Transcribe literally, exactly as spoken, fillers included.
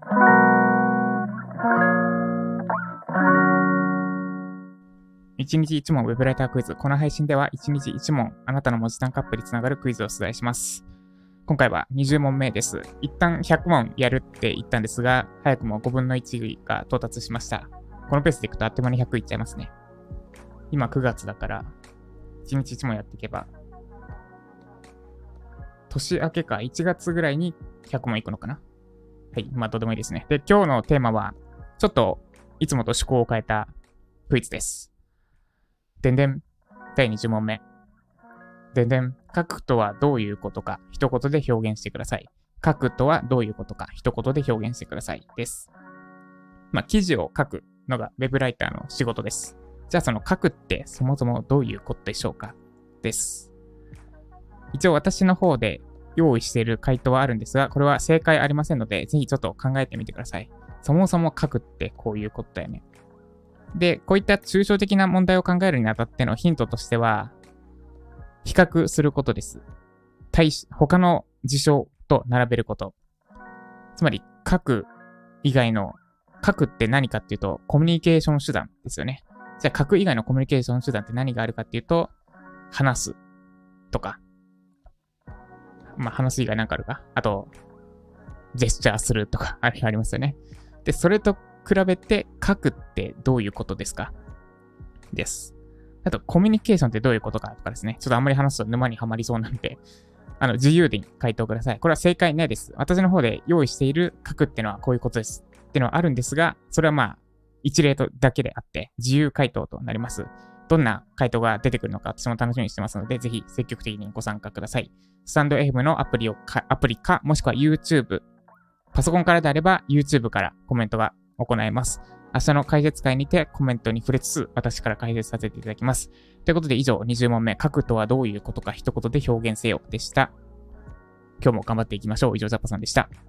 いちにちいち問ウェブライタークイズ。この配信ではいちにちいち問、あなたの文字単価アップにつながるクイズを出題します。今回はにじゅう問目です。一旦ひゃく問やるって言ったんですが、早くもごぶんのいちが到達しました。このペースでいくとあっという間にひゃくいっちゃいますね。今くがつだから、いちにちいち問やっていけば、年明けかいちがつぐらいにひゃく問いくのかな。はい、まあどうでもいいですね。で、今日のテーマは、ちょっといつもと趣向を変えたクイズです。でんでん。だいにじゅう問目。でんでん。書くとはどういうことか、一言で表現してください。書くとはどういうことか、一言で表現してください。です。まあ、記事を書くのがウェブライターの仕事です。じゃあその書くってそもそもどういうことでしょうかです。一応私の方で用意している回答はあるんですが、これは正解ありませんので、ぜひちょっと考えてみてください。そもそも書くってこういうことだよね。で、こういった抽象的な問題を考えるにあたってのヒントとしては、比較することです。対し、他の事象と並べること。つまり、書く以外の、書くって何かっていうと、コミュニケーション手段ですよね。じゃあ、書く以外のコミュニケーション手段って何があるかっていうと、話すとか。まあ、話す以外何かあるか。あと、ジェスチャーするとか、あれありますよね。で、それと比べて書くってどういうことですかです。あと、コミュニケーションってどういうことかとかですね。ちょっとあんまり話すと沼にはまりそうなんで、あの、自由に回答ください。これは正解ないです。私の方で用意している書くってのはこういうことです。っていうのはあるんですが、それはまあ、一例とだけであって、自由回答となります。どんな回答が出てくるのか私も楽しみにしてますので、ぜひ積極的にご参加ください。スタンド エフエム のアプリをか、アプリか、もしくは YouTube、パソコンからであれば YouTube からコメントが行えます。明日の解説会にてコメントに触れつつ、私から解説させていただきます。ということで以上にじゅう問目、書くとはどういうことか一言で表現せよでした。今日も頑張っていきましょう。以上、ジャパさんでした。